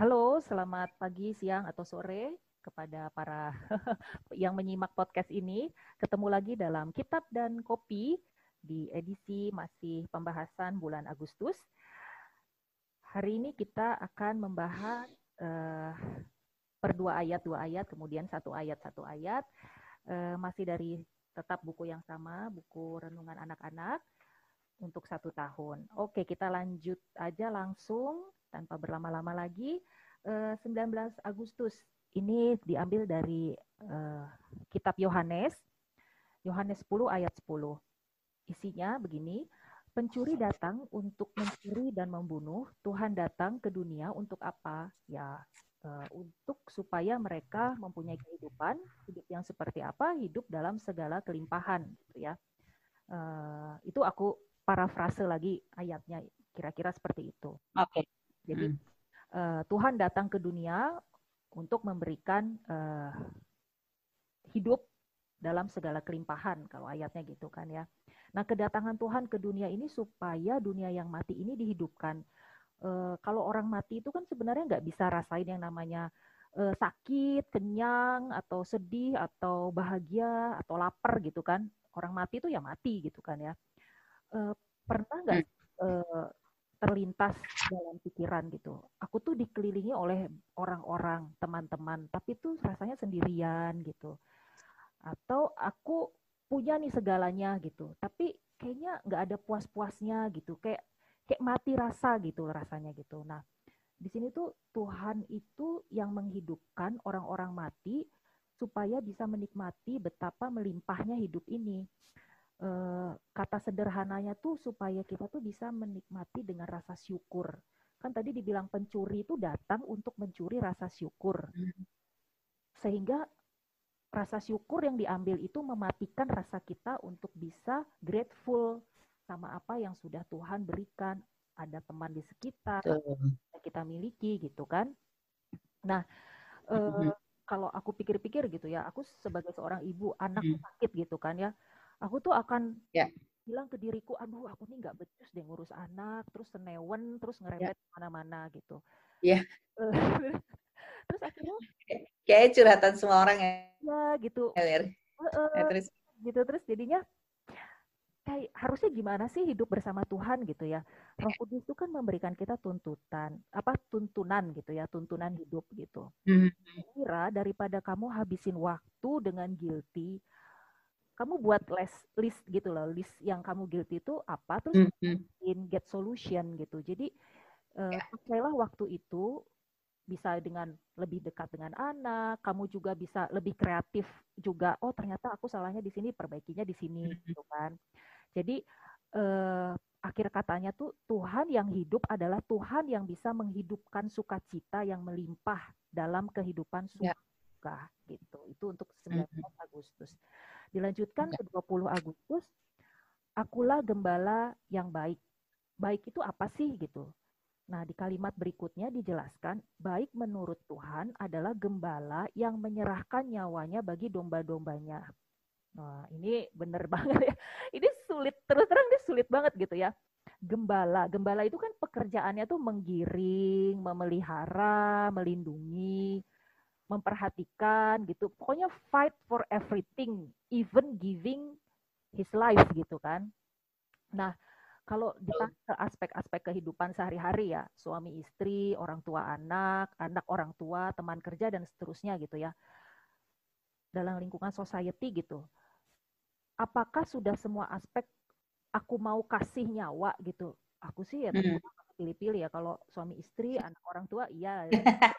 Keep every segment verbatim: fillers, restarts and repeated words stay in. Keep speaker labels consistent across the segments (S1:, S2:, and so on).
S1: Halo, selamat pagi, siang, atau sore kepada para yang menyimak podcast ini. Ketemu lagi dalam Kitab dan Kopi di edisi masih pembahasan bulan Agustus. Hari ini kita akan membahas uh, per dua ayat, dua ayat, kemudian satu ayat, satu ayat. Uh, masih dari tetap buku yang sama, buku Renungan Anak-anak untuk satu tahun. Oke, kita lanjut aja langsung tanpa berlama-lama lagi. sembilan belas Agustus ini diambil dari uh, kitab Yohanes, Yohanes sepuluh ayat sepuluh. Isinya begini, pencuri datang untuk mencuri dan membunuh, Tuhan datang ke dunia untuk apa? Ya, uh, untuk supaya mereka mempunyai kehidupan, hidup yang seperti apa? Hidup dalam segala kelimpahan, gitu ya. Uh, itu aku parafrase lagi ayatnya, kira-kira seperti itu.
S2: Oke. Okay.
S1: Jadi hmm. uh, Tuhan datang ke dunia untuk memberikan uh, hidup dalam segala kelimpahan, kalau ayatnya gitu kan ya. Nah, kedatangan Tuhan ke dunia ini supaya dunia yang mati ini dihidupkan. Uh, kalau orang mati itu kan sebenarnya nggak bisa rasain yang namanya uh, sakit, kenyang, atau sedih, atau bahagia, atau lapar gitu kan. Orang mati itu ya mati gitu kan ya. Uh, pernah nggak uh, terlintas dalam pikiran gitu, aku tuh dikelilingi oleh orang-orang, teman-teman, tapi tuh rasanya sendirian gitu. Atau aku punya nih segalanya gitu, tapi kayaknya nggak ada puas-puasnya gitu, kayak kayak mati rasa gitu rasanya gitu. Nah, di sini tuh Tuhan itu yang menghidupkan orang-orang mati supaya bisa menikmati betapa melimpahnya hidup ini. Uh, kata sederhananya tuh supaya kita tuh bisa menikmati dengan rasa syukur. Kan tadi dibilang pencuri itu datang untuk mencuri rasa syukur. Sehingga rasa syukur yang diambil itu mematikan rasa kita untuk bisa grateful sama apa yang sudah Tuhan berikan. Ada teman di sekitar, yang kita miliki gitu kan. Nah, uh, kalau aku pikir-pikir gitu ya, aku sebagai seorang ibu, anak sakit gitu kan ya, aku tuh akan yeah. bilang ke diriku, aduh aku nih nggak becus deh ngurus anak, terus senewen, terus ngerembet yeah. kemana-mana gitu.
S2: Iya.
S1: Yeah. Terus akhirnya
S2: kayak curhatan semua orang ya.
S1: Ya gitu.
S2: Ya,
S1: uh,
S2: ya, terus.
S1: Gitu terus jadinya kayak harusnya gimana sih hidup bersama Tuhan gitu ya. Roh Kudus itu kan memberikan kita tuntutan, apa tuntunan gitu ya, tuntunan hidup gitu. Hmm. Kira daripada kamu habisin waktu dengan guilty, kamu buat list list gitu loh, list yang kamu guilty itu apa, terus mm-hmm. in get solution gitu. Jadi uh, pakailah waktu itu bisa dengan lebih dekat dengan anak, kamu juga bisa lebih kreatif juga. Oh ternyata aku salahnya di sini, perbaikinya di sini, mm-hmm. gitu kan. Jadi uh, akhir katanya tuh Tuhan yang hidup adalah Tuhan yang bisa menghidupkan sukacita yang melimpah dalam kehidupan suka yeah. gitu. Itu untuk sembilan belas mm-hmm. Agustus. Dilanjutkan ke dua puluh Agustus, akulah gembala yang baik. Baik itu apa sih gitu? Nah, di kalimat berikutnya dijelaskan, baik menurut Tuhan adalah gembala yang menyerahkan nyawanya bagi domba-dombanya. Nah, ini benar banget ya. Ini sulit, terus terang ini sulit banget gitu ya. Gembala, gembala itu kan pekerjaannya tuh menggiring, memelihara, melindungi, memperhatikan gitu. Pokoknya fight for everything, even giving his life gitu kan. Nah, kalau ditanya ke aspek-aspek kehidupan sehari-hari ya, suami istri, orang tua anak, anak orang tua, teman kerja, dan seterusnya gitu ya. Dalam lingkungan society gitu. Apakah sudah semua aspek aku mau kasih nyawa gitu? Aku sih ya tentu hmm. pilih-pilih ya. Kalau suami istri, anak orang tua, iya.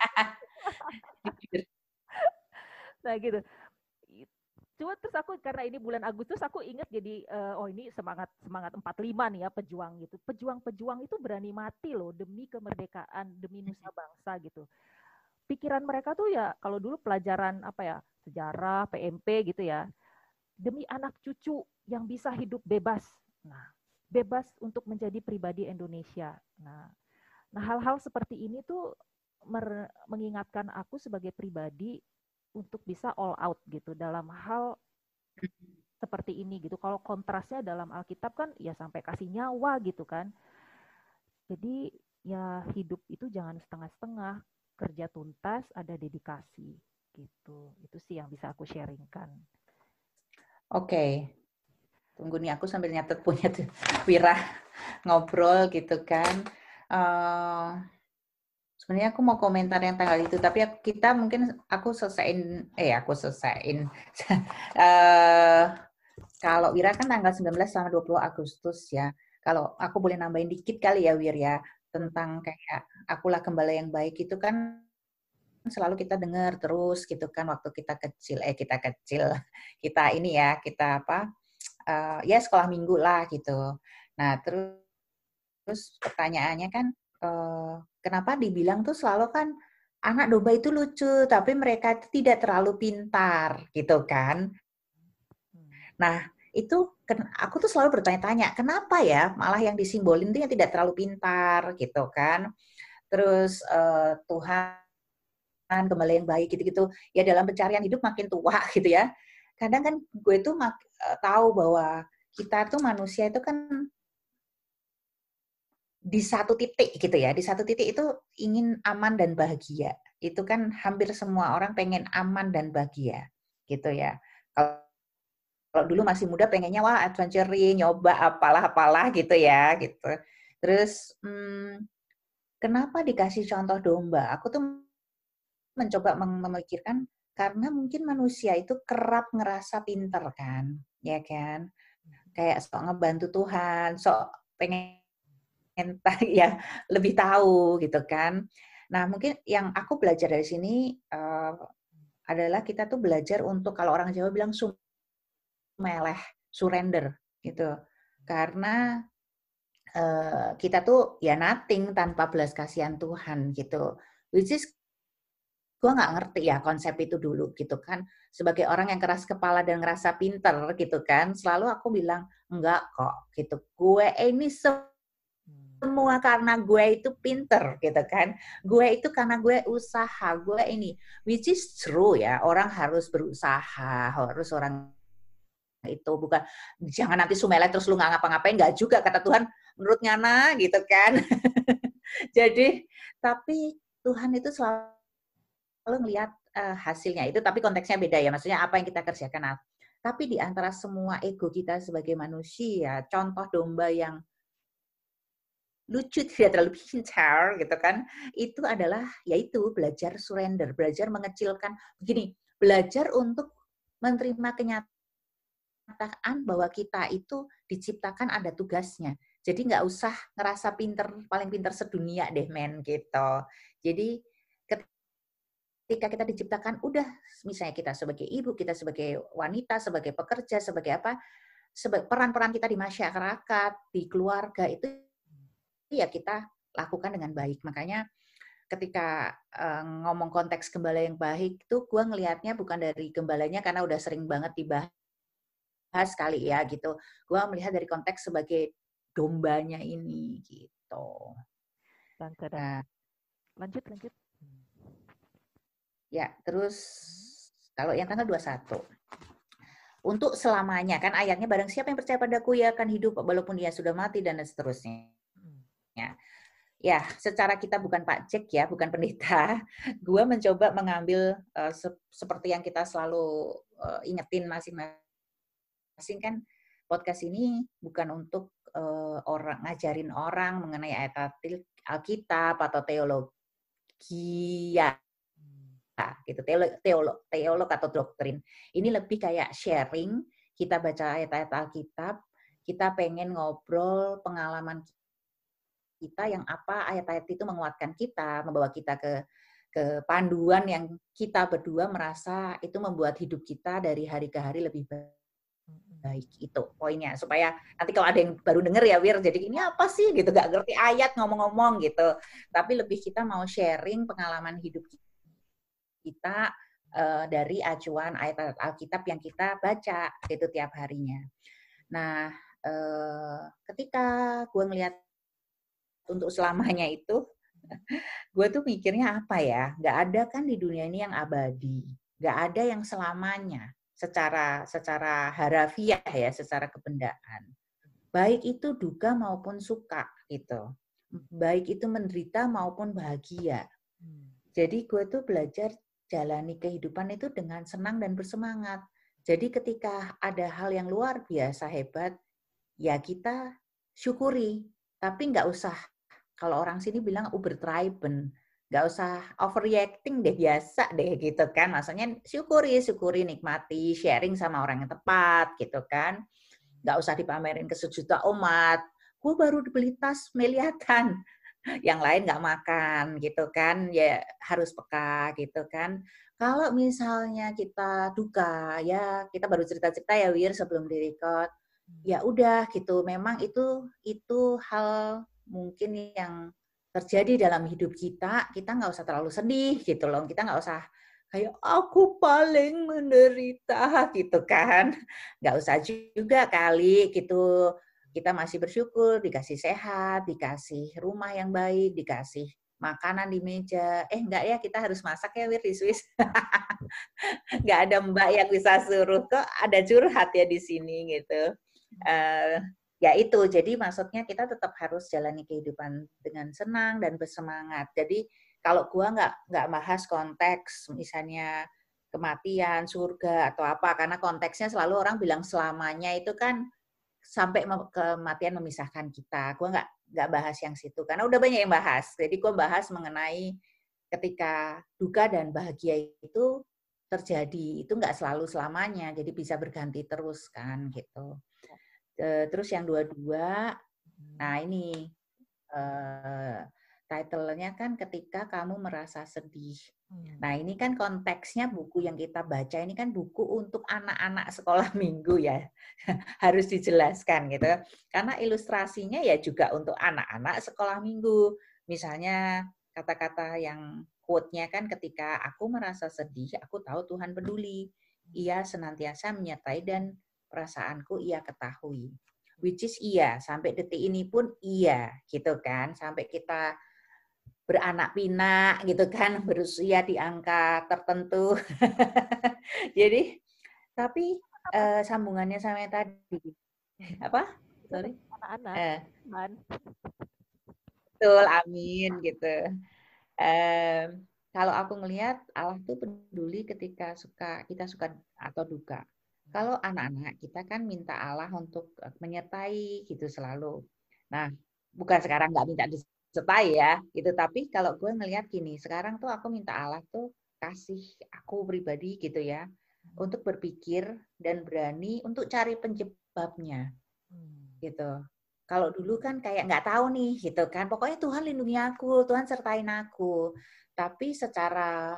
S1: Nah gitu. Cuma terus aku karena ini bulan Agustus aku ingat jadi uh, oh ini semangat semangat empat puluh lima nih ya pejuang gitu. Pejuang-pejuang itu berani mati loh demi kemerdekaan, demi nusa bangsa gitu. Pikiran mereka tuh ya kalau dulu pelajaran apa ya, sejarah, P M P gitu ya. Demi anak cucu yang bisa hidup bebas. Nah, bebas untuk menjadi pribadi Indonesia. Nah, nah hal-hal seperti ini tuh mer- mengingatkan aku sebagai pribadi untuk bisa all out gitu dalam hal seperti ini gitu. Kalau kontrasnya dalam Alkitab kan ya sampai kasih nyawa gitu kan. Jadi ya hidup itu jangan setengah-setengah. kerja tuntas, ada dedikasi gitu. Itu sih yang bisa aku sharingkan.
S2: Oke. Okay. Tunggu nih, aku sambil nyatet punya tuh Wira ngobrol gitu kan. Uh, sebenarnya aku mau komentar yang tanggal itu, tapi kita mungkin aku selesaiin, eh aku selesaiin. uh, kalau Wira kan tanggal sembilan belas sama dua puluh Agustus ya. Kalau aku boleh nambahin dikit kali ya Wir ya, tentang kayak akulah gembala yang baik itu kan selalu kita dengar terus gitu kan waktu kita kecil, eh kita kecil, kita ini ya, kita apa, Uh, ya sekolah minggu lah gitu. Nah terus, terus pertanyaannya kan uh, kenapa dibilang tuh selalu kan anak domba itu lucu tapi mereka itu tidak terlalu pintar gitu kan. Nah itu aku tuh selalu bertanya-tanya kenapa ya malah yang disimbolin itu yang tidak terlalu pintar gitu kan. Terus uh, Tuhan gembala yang baik gitu-gitu ya dalam pencarian hidup makin tua gitu ya. Kadang kan gue tuh mak- tahu bahwa kita tuh manusia itu kan di satu titik gitu ya, di satu titik itu ingin aman dan bahagia. Itu kan hampir semua orang pengen aman dan bahagia gitu ya. Kalau, kalau dulu masih muda pengennya wah adventuring, nyoba apalah-apalah gitu ya gitu. Terus hmm, kenapa dikasih contoh domba? Aku tuh mencoba memikirkan karena mungkin manusia itu kerap ngerasa pinter kan, ya kan? Kayak sok ngebantu Tuhan, sok pengen ya lebih tahu gitu kan. Nah mungkin yang aku belajar dari sini uh, adalah kita tuh belajar untuk kalau orang Jawa bilang sumeleh, surrender gitu. Karena uh, kita tuh ya nothing tanpa belas kasihan Tuhan gitu. Which is gue nggak ngerti ya konsep itu dulu gitu kan. Sebagai orang yang keras kepala dan ngerasa pinter gitu kan, selalu aku bilang enggak kok gitu. Gue ini semua karena gue itu pinter gitu kan. Gue itu karena gue usaha, gue ini. Which is true ya, orang harus berusaha, harus orang itu bukan jangan nanti sumelet terus lu nggak ngapa-ngapain, nggak juga kata Tuhan menurut Ngana gitu kan. Jadi tapi Tuhan itu selalu Lalu ngelihat uh, hasilnya itu, tapi konteksnya beda ya, maksudnya apa yang kita kerjakan. Nah, tapi di antara semua ego kita sebagai manusia, contoh domba yang lucu, tidak terlalu pintar gitu kan, itu adalah yaitu belajar surrender, belajar mengecilkan, begini, belajar untuk menerima kenyataan bahwa kita itu diciptakan ada tugasnya. Jadi nggak usah ngerasa pinter, paling pinter sedunia deh men gitu. Jadi ketika kita diciptakan, udah misalnya kita sebagai ibu, kita sebagai wanita, sebagai pekerja, sebagai apa, peran-peran kita di masyarakat, di keluarga itu ya kita lakukan dengan baik. Makanya ketika uh, ngomong konteks gembala yang baik itu gue ngelihatnya bukan dari gembalanya karena udah sering banget dibahas kali ya gitu. Gue melihat dari konteks sebagai dombanya ini gitu.
S1: Nah, lanjut lanjut.
S2: Ya, terus kalau yang tanggal dua puluh satu. Untuk selamanya, kan ayatnya barang siapa yang percaya padaku ia akan hidup walaupun ia sudah mati dan seterusnya. Ya, ya secara kita bukan Pak Jack ya, bukan pendeta, gue mencoba mengambil uh, se- seperti yang kita selalu uh, ingetin masing-masing kan, podcast ini bukan untuk uh, orang ngajarin orang mengenai ayat Alkitab atau teologi ya. Gitu teolog, teolog, teolog atau doktrin. Ini lebih kayak sharing, kita baca ayat-ayat Alkitab, kita pengen ngobrol pengalaman kita yang apa ayat-ayat itu menguatkan kita, membawa kita ke ke panduan yang kita berdua merasa itu membuat hidup kita dari hari ke hari lebih baik. Itu poinnya, supaya nanti kalau ada yang baru denger ya Wir, jadi ini apa sih gitu, gak ngerti ayat ngomong-ngomong gitu, tapi lebih kita mau sharing pengalaman hidup kita kita uh, dari acuan ayat-ayat Alkitab yang kita baca itu tiap harinya. Nah, uh, ketika gue ngelihat untuk selamanya itu, gue tuh mikirnya apa ya? Gak ada kan di dunia ini yang abadi, gak ada yang selamanya secara secara harafiah ya, secara kebendaan. Baik itu duka maupun suka gitu. Baik itu menderita maupun bahagia. Jadi gue tuh belajar jalani kehidupan itu dengan senang dan bersemangat. Jadi ketika ada hal yang luar biasa hebat, ya kita syukuri. Tapi nggak usah, kalau orang sini bilang übertreiben, nggak usah overreacting deh, biasa deh gitu kan. Maksudnya syukuri, syukuri, nikmati, sharing sama orang yang tepat gitu kan. Nggak usah dipamerin ke sejuta umat. Gue baru beli tas miliaran, yang lain nggak makan gitu kan, ya harus peka gitu kan. Kalau misalnya kita duka, ya kita baru cerita-cerita ya Wir sebelum direcord, ya udah gitu, memang itu itu hal mungkin yang terjadi dalam hidup kita, kita nggak usah terlalu sedih gitu loh, kita nggak usah kayak aku paling menderita gitu kan, nggak usah juga kali gitu. Kita masih bersyukur dikasih sehat, dikasih rumah yang baik, dikasih makanan di meja. Eh enggak ya, kita harus masak ya Wir di Swiss. Enggak ada mbak yang bisa suruh, kok ada curhat ya di sini gitu. Uh, ya itu, jadi maksudnya kita tetap harus jalani kehidupan dengan senang dan bersemangat. Jadi kalau gua nggak nggak bahas konteks misalnya kematian, surga atau apa, karena konteksnya selalu orang bilang selamanya itu kan sampai kematian memisahkan kita. Gue nggak nggak bahas yang situ karena udah banyak yang bahas. Jadi gue bahas mengenai ketika duka dan bahagia itu terjadi, itu nggak selalu selamanya, jadi bisa berganti terus kan gitu. Terus yang dua-dua, nah ini uh, title-nya kan ketika kamu merasa sedih. Nah ini kan konteksnya buku yang kita baca ini kan buku untuk anak-anak sekolah minggu ya, harus dijelaskan gitu. Karena ilustrasinya ya juga untuk anak-anak sekolah minggu. Misalnya kata-kata yang quote-nya kan ketika aku merasa sedih, aku tahu Tuhan peduli. Ia senantiasa menyertai dan perasaanku ia ketahui. Which is iya, sampai detik ini pun iya gitu kan, sampai kita beranak pinak gitu kan, berusia di angka tertentu. Jadi tapi uh, sambungannya sama yang tadi apa? Sorry.
S1: Anak-anak.
S2: Eh. Betul, amin gitu. Um, kalau aku ngelihat Allah tuh peduli ketika suka kita suka atau duka. Kalau anak-anak kita kan minta Allah untuk menyertai gitu selalu. Nah, bukan sekarang nggak minta disertai ya, gitu. Tapi kalau gue ngelihat gini, sekarang tuh aku minta Allah tuh kasih aku pribadi gitu ya, untuk berpikir dan berani untuk cari penyebabnya, gitu. Kalau dulu kan kayak nggak tahu nih, gitu kan. Pokoknya Tuhan lindungi aku, Tuhan sertain aku. Tapi secara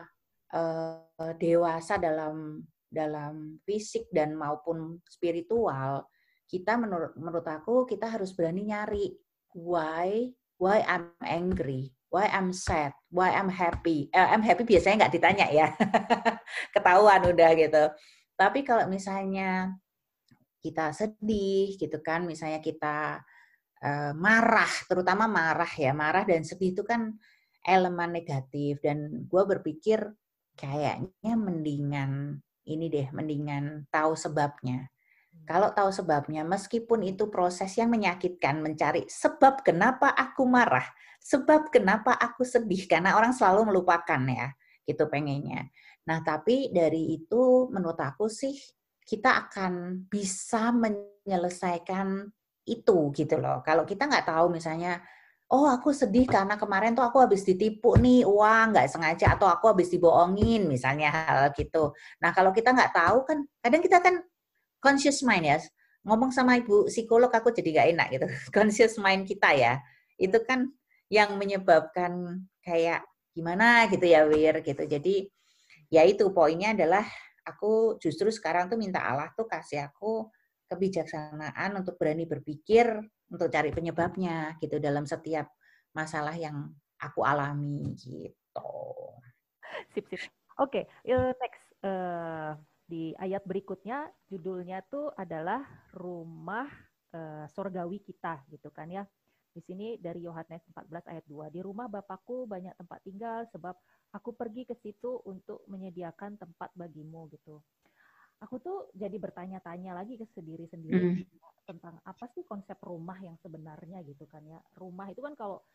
S2: uh, dewasa dalam dalam fisik dan maupun spiritual, kita menurut menurut aku kita harus berani nyari why why I'm angry, why I'm sad, why I'm happy. Eh, I'm happy biasanya nggak ditanya ya, ketahuan udah gitu. Tapi kalau misalnya kita sedih gitu kan, misalnya kita uh, marah, terutama marah ya, marah dan sedih itu kan elemen negatif dan gue berpikir kayaknya mendingan ini deh, mendingan tahu sebabnya. Kalau tahu sebabnya, meskipun itu proses yang menyakitkan, mencari sebab kenapa aku marah, sebab kenapa aku sedih, karena orang selalu melupakan ya, gitu pengennya. Nah, tapi dari itu menurut aku sih, kita akan bisa menyelesaikan itu gitu loh. Kalau kita nggak tahu misalnya, oh aku sedih karena kemarin tuh aku habis ditipu nih uang nggak sengaja atau aku habis dibohongin misalnya hal gitu. Nah kalau kita nggak tahu kan kadang kita kan conscious mind ya, ngomong sama ibu psikolog aku jadi nggak enak gitu. Conscious mind kita ya itu kan yang menyebabkan kayak gimana gitu ya Wir gitu. Jadi ya itu poinnya adalah aku justru sekarang tuh minta Allah tuh kasih aku kebijaksanaan untuk berani berpikir, untuk cari penyebabnya gitu dalam setiap masalah yang aku alami gitu.
S1: Sip, sip. Oke, okay, next. Uh, di ayat berikutnya judulnya tuh adalah rumah uh, sorgawi kita gitu kan ya. Di sini dari Yohanes empat belas ayat dua. Di rumah Bapakku banyak tempat tinggal sebab aku pergi ke situ untuk menyediakan tempat bagimu gitu. Aku tuh jadi bertanya-tanya lagi ke sendiri sendiri mm. tentang apa sih konsep rumah yang sebenarnya gitu kan ya. Rumah itu kan kalau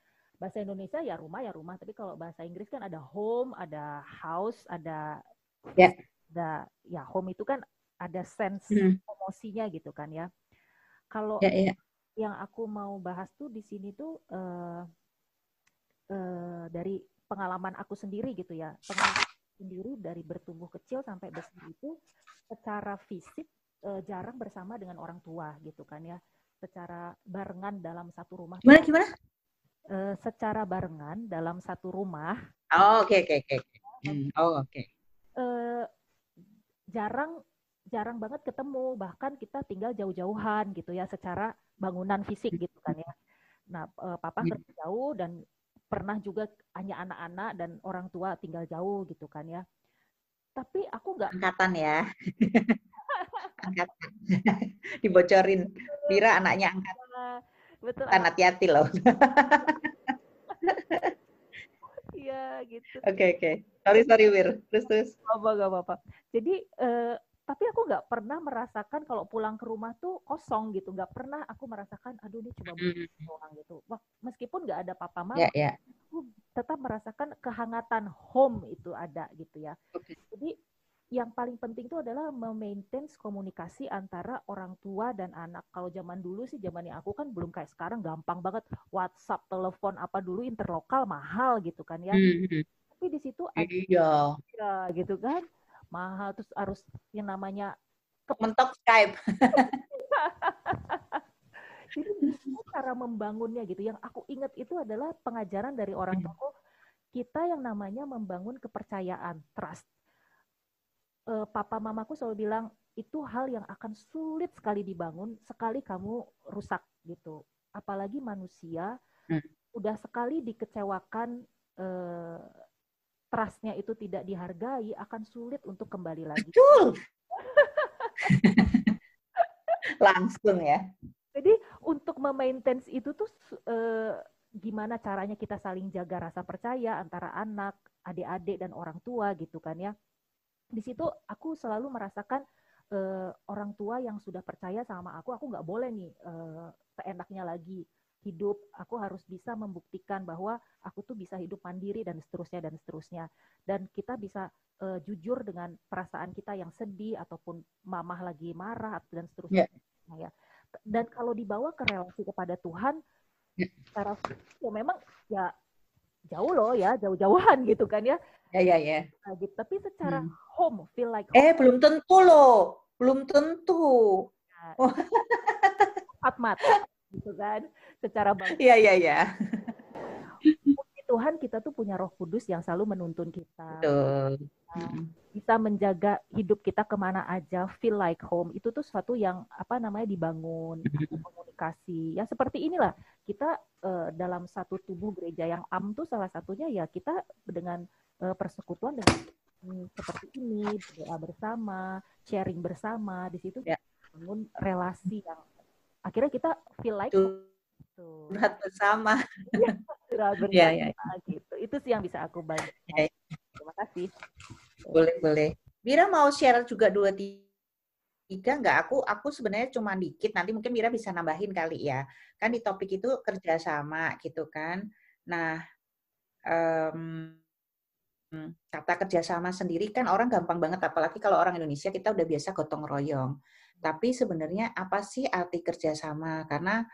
S1: bahasa Indonesia ya rumah ya rumah, tapi kalau bahasa Inggris kan ada home, ada house, ada
S2: Ya.
S1: ada ya home itu kan ada sense
S2: Hmm.
S1: emosinya gitu kan ya. Kalau
S2: Ya, ya.
S1: yang aku mau bahas tuh di sini tuh uh, uh, dari pengalaman aku sendiri gitu ya, pengalaman sendiri dari bertumbuh kecil sampai besar itu secara fisik uh, jarang bersama dengan orang tua gitu kan ya, secara barengan dalam satu rumah.
S2: Gimana gimana?
S1: Uh, secara barengan dalam satu rumah.
S2: Oh, oke oke oke. Oh, oke. Okay.
S1: Uh, jarang jarang banget ketemu, bahkan kita tinggal jauh-jauhan gitu ya secara bangunan fisik gitu kan ya. Nah, uh, papa kerja jauh dan pernah juga hanya anak-anak dan orang tua tinggal jauh gitu kan ya. Tapi aku nggak
S2: angkatan ya. Angkatan. Dibocorin. Vira anaknya angkatan.
S1: Betul.
S2: Kan hati-hati loh.
S1: Iya gitu.
S2: Oke okay, oke. Okay. Sorry sorry Wir. Terus terus.
S1: Apa gak apa-apa. Jadi eh, tapi aku nggak pernah merasakan kalau pulang ke rumah tuh kosong gitu. Nggak pernah aku merasakan aduh ini cuma doang gitu. Wah, meskipun nggak ada papa mama,
S2: yeah, yeah.
S1: aku tetap merasakan kehangatan home itu ada gitu ya.
S2: Okay.
S1: Jadi yang paling penting itu adalah memaintain komunikasi antara orang tua dan anak. Kalau zaman dulu sih, zamannya aku kan belum kayak sekarang gampang banget WhatsApp, telepon apa dulu interlokal mahal gitu kan ya. Mm-hmm. Tapi di situ ada
S2: iya.
S1: Ya, gitu kan. Mahal terus harus yang namanya
S2: mentok Skype.
S1: Jadi cara membangunnya gitu. Yang aku ingat itu adalah pengajaran dari orang tua kita yang namanya membangun kepercayaan, trust. Uh, papa mamaku selalu bilang itu hal yang akan sulit sekali dibangun sekali kamu rusak gitu. Apalagi manusia hmm. udah sekali dikecewakan, uh, trustnya itu tidak dihargai, akan sulit untuk kembali lagi.
S2: Betul. Langsung ya.
S1: Jadi untuk memaintain itu tuh uh, gimana caranya kita saling jaga rasa percaya antara anak, adik-adik dan orang tua gitu kan ya. Di situ aku selalu merasakan uh, orang tua yang sudah percaya sama aku, aku nggak boleh nih uh, seenaknya lagi hidup, aku harus bisa membuktikan bahwa aku tuh bisa hidup mandiri dan seterusnya dan seterusnya. Dan kita bisa uh, jujur dengan perasaan kita yang sedih ataupun mamah lagi marah dan seterusnya. Yeah. Ya. Dan kalau dibawa ke relasi kepada Tuhan, yeah. secara ya memang ya jauh loh ya, jauh-jauhan gitu kan ya.
S2: Ya ya ya.
S1: Nah, gitu. Tapi secara hmm. home, feel like home.
S2: Eh belum tentu loh, belum tentu.
S1: Nah, oh. Empat mata gitu kan, secara
S2: bangsa. Iya iya iya.
S1: Tuhan kita tuh punya Roh Kudus yang selalu menuntun kita.
S2: Betul.
S1: Nah, bisa menjaga hidup kita kemana aja, feel like home. Itu tuh sesuatu yang apa namanya dibangun, komunikasi. Ya seperti inilah kita uh, dalam satu tubuh gereja yang am tuh salah satunya ya kita dengan uh, persekutuan dengan hmm, seperti ini, berdoa bersama, sharing bersama, di situ ya. Bangun relasi yang akhirnya kita feel like
S2: curhat bersama.
S1: Ya, ya, ya. Gitu. Itu sih yang bisa aku bantu. Ya, ya. Terima kasih.
S2: Boleh, boleh. Mira mau share juga dua tiga nggak? Aku aku sebenarnya cuma dikit. Nanti mungkin Mira bisa nambahin kali ya. Kan di topik itu kerjasama gitu kan. Nah, um, kata kerjasama sendiri kan orang gampang banget. Apalagi kalau orang Indonesia kita udah biasa gotong royong. Tapi sebenarnya apa sih arti kerjasama? Karena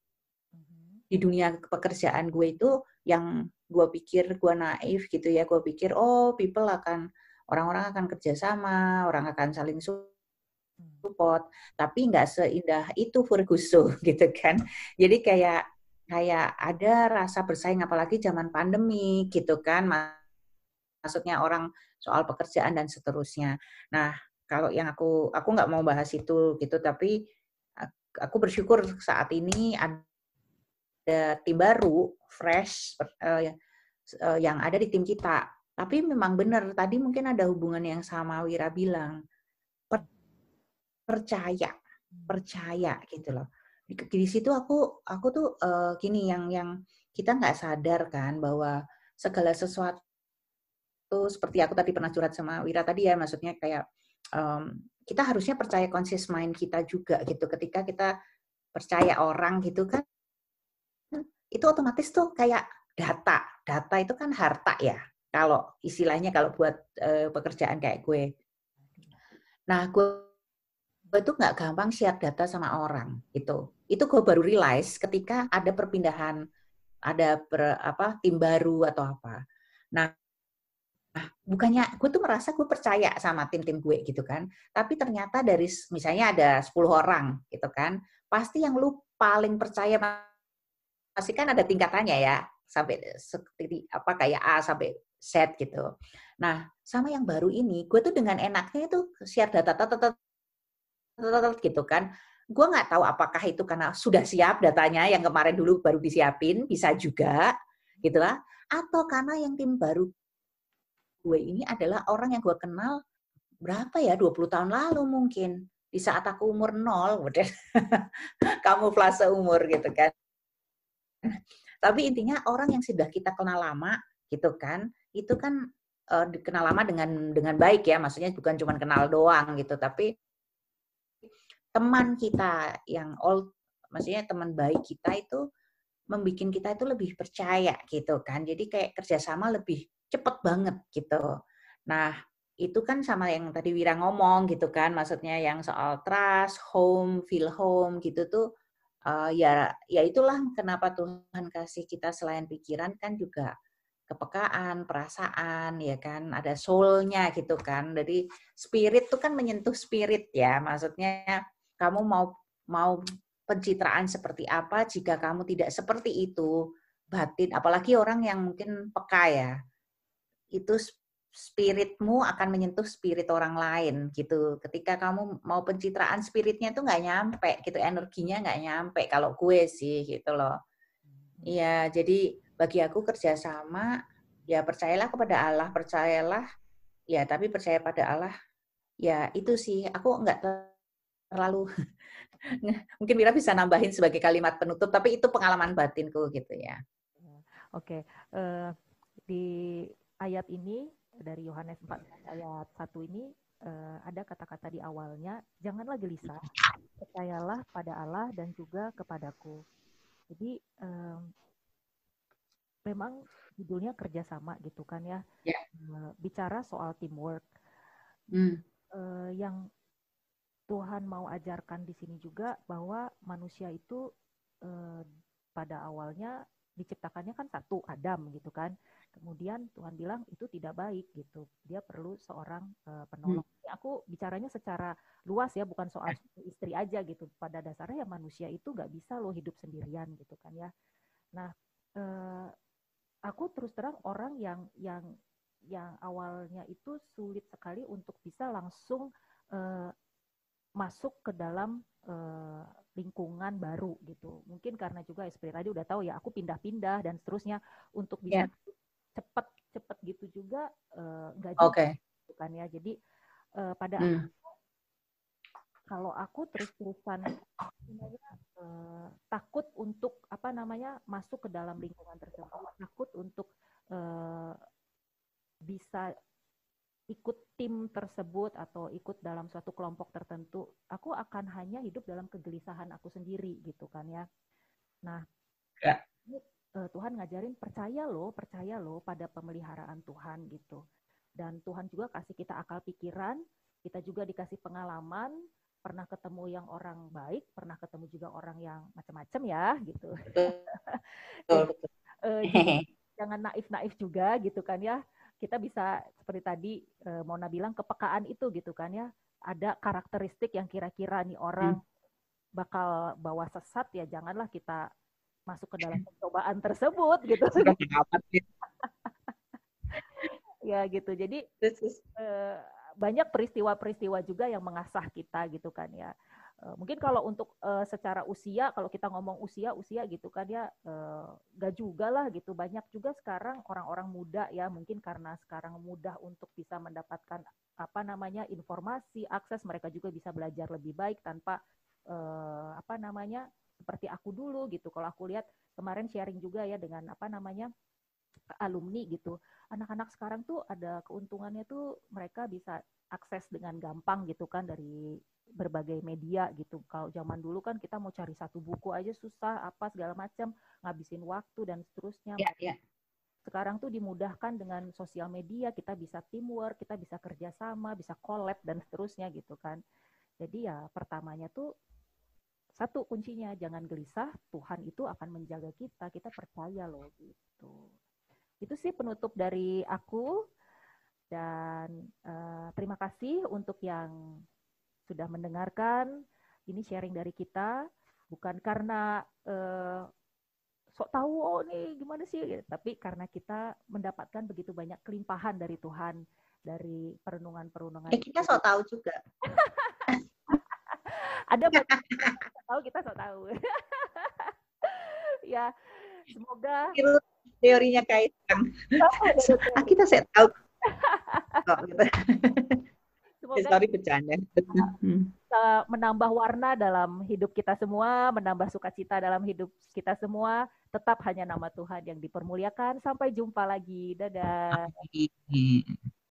S2: di dunia pekerjaan gue itu yang gue pikir gue naif gitu ya, gue pikir oh people akan orang-orang akan kerjasama, orang akan saling support, tapi nggak seindah itu Ferguson gitu kan. Jadi kayak kayak ada rasa bersaing apalagi zaman pandemi gitu kan, maksudnya orang soal pekerjaan dan seterusnya. Nah kalau yang aku aku nggak mau bahas itu gitu, tapi aku bersyukur saat ini ada ada tim baru, fresh, uh, uh, yang ada di tim kita. Tapi memang benar, tadi mungkin ada hubungan yang sama Wira bilang. Per- percaya, percaya gitu loh. Di, di situ aku aku tuh uh, gini, yang yang kita nggak sadar kan bahwa segala sesuatu, seperti aku tadi pernah curhat sama Wira tadi ya, maksudnya kayak um, kita harusnya percaya conscious mind kita juga gitu. Ketika kita percaya orang gitu kan, itu otomatis tuh kayak data. Data itu kan harta ya. Kalau istilahnya kalau buat uh, pekerjaan kayak gue. Nah, gue, gue itu nggak gampang share data sama orang gitu. Itu gue baru realize ketika ada perpindahan, ada per, apa tim baru atau apa. Nah, bukannya gue tuh merasa gue percaya sama tim-tim gue gitu kan. Tapi ternyata dari misalnya ada sepuluh orang gitu kan. Pasti yang lu paling percaya pasti kan ada tingkatannya ya. Sampai seperti apa kayak A sampai Z gitu. Nah, sama yang baru ini, gue tuh dengan enaknya itu share data gitu kan. Gue nggak tahu apakah itu karena sudah siap datanya yang kemarin dulu baru disiapin, bisa juga gitu lah. Atau karena yang tim baru gue ini adalah orang yang gue kenal berapa ya, dua puluh tahun lalu mungkin. Di saat aku umur nol, udah kamuflase umur gitu kan. Tapi intinya orang yang sudah kita kenal lama gitu kan, itu kan uh, dikenal lama dengan dengan baik ya, maksudnya bukan cuma kenal doang gitu, tapi teman kita yang old, maksudnya teman baik kita itu membuat kita itu lebih percaya gitu kan. Jadi kayak kerjasama lebih cepet banget gitu. Nah, itu kan sama yang tadi Wira ngomong gitu kan, maksudnya yang soal trust, home, feel home gitu tuh, uh, ya ya itulah kenapa Tuhan kasih kita selain pikiran kan juga kepekaan, perasaan, ya kan, ada soul-nya gitu kan. Jadi spirit tuh kan menyentuh spirit ya, maksudnya kamu mau mau pencitraan seperti apa jika kamu tidak seperti itu, batin, apalagi orang yang mungkin peka ya, itu spiritmu akan menyentuh spirit orang lain gitu. Ketika kamu mau pencitraan spiritnya itu nggak nyampe gitu, energinya nggak nyampe kalau gue sih gitu loh. Iya, jadi bagi aku kerjasama ya percayalah kepada Allah, percayalah ya tapi percaya pada Allah ya itu sih aku nggak terlalu mungkin Mira bisa nambahin sebagai kalimat penutup tapi itu pengalaman batinku gitu ya.
S1: Oke, uh, di ayat ini dari Yohanes empat ayat satu ini uh, ada kata-kata di awalnya, janganlah gelisah, percayalah pada Allah dan juga kepadaku. Jadi um, memang judulnya kerjasama gitu kan ya,
S2: ya.
S1: Uh, bicara soal teamwork.
S2: Hmm.
S1: Uh, yang Tuhan mau ajarkan di sini juga bahwa manusia itu uh, pada awalnya diciptakannya kan satu, Adam gitu kan. Kemudian Tuhan bilang itu tidak baik gitu. Dia perlu seorang uh, penolong. Hmm. Aku bicaranya secara luas ya, bukan soal istri aja gitu. Pada dasarnya ya manusia itu nggak bisa loh hidup sendirian gitu kan ya. Nah, uh, aku terus terang orang yang yang yang awalnya itu sulit sekali untuk bisa langsung uh, masuk ke dalam uh, lingkungan baru gitu. Mungkin karena juga seperti tadi udah tahu ya, aku pindah-pindah dan seterusnya untuk bisa yeah. cepet-cepet gitu juga nggak uh, juga
S2: okay.
S1: gitu kan ya. Jadi uh, pada
S2: hmm.
S1: akhirnya kalau aku terus-terusan uh, takut untuk apa namanya masuk ke dalam lingkungan tersebut, takut untuk uh, bisa ikut tim tersebut atau ikut dalam suatu kelompok tertentu, aku akan hanya hidup dalam kegelisahan aku sendiri gitu kan ya. Nah, ya. Ini, uh, Tuhan ngajarin percaya loh, percaya loh pada pemeliharaan Tuhan gitu. Dan Tuhan juga kasih kita akal pikiran, kita juga dikasih pengalaman, pernah ketemu yang orang baik, pernah ketemu juga orang yang macam-macam ya gitu. Jadi, uh, juga, jangan naif-naif juga gitu kan ya. Kita bisa seperti tadi eh, Mona bilang kepekaan itu gitu kan ya, ada karakteristik yang kira-kira nih orang hmm. bakal bawa sesat ya, janganlah kita masuk ke dalam percobaan tersebut gitu. Ya gitu. Jadi eh, banyak peristiwa-peristiwa juga yang mengasah kita gitu kan ya. Mungkin kalau untuk uh, secara usia, kalau kita ngomong usia-usia gitu kan ya, uh, gak juga lah gitu. Banyak juga sekarang orang-orang muda ya, mungkin karena sekarang mudah untuk bisa mendapatkan apa namanya informasi, akses, mereka juga bisa belajar lebih baik tanpa uh, apa namanya seperti aku dulu gitu. Kalau aku lihat kemarin sharing juga ya dengan apa namanya alumni gitu. Anak-anak sekarang tuh ada keuntungannya tuh mereka bisa akses dengan gampang gitu kan dari berbagai media gitu. Kalau zaman dulu kan kita mau cari satu buku aja susah, apa segala macam, ngabisin waktu dan seterusnya.
S2: Ya, ya.
S1: Sekarang tuh dimudahkan dengan sosial media, kita bisa teamwork, kita bisa kerjasama, bisa collab dan seterusnya gitu kan. Jadi ya pertamanya tuh satu kuncinya, jangan gelisah, Tuhan itu akan menjaga kita, kita percaya loh gitu. Itu sih penutup dari aku, dan uh, terima kasih untuk yang sudah mendengarkan. Ini sharing dari kita, bukan karena uh, sok tahu, oh nih gimana sih, tapi karena kita mendapatkan begitu banyak kelimpahan dari Tuhan, dari perenungan-perenungan.
S2: Eh, kita sok tahu juga.
S1: Ada banyak tahu, kita sok tahu. Ya, semoga
S2: teorinya Kaisang. Ah, kita saya tahu. Oh, gitu. Semoga sorry bercanda.
S1: Bisa menambah warna dalam hidup kita semua, menambah sukacita dalam hidup kita semua. Tetap hanya nama Tuhan yang dipermuliakan. Sampai jumpa lagi. Dadah.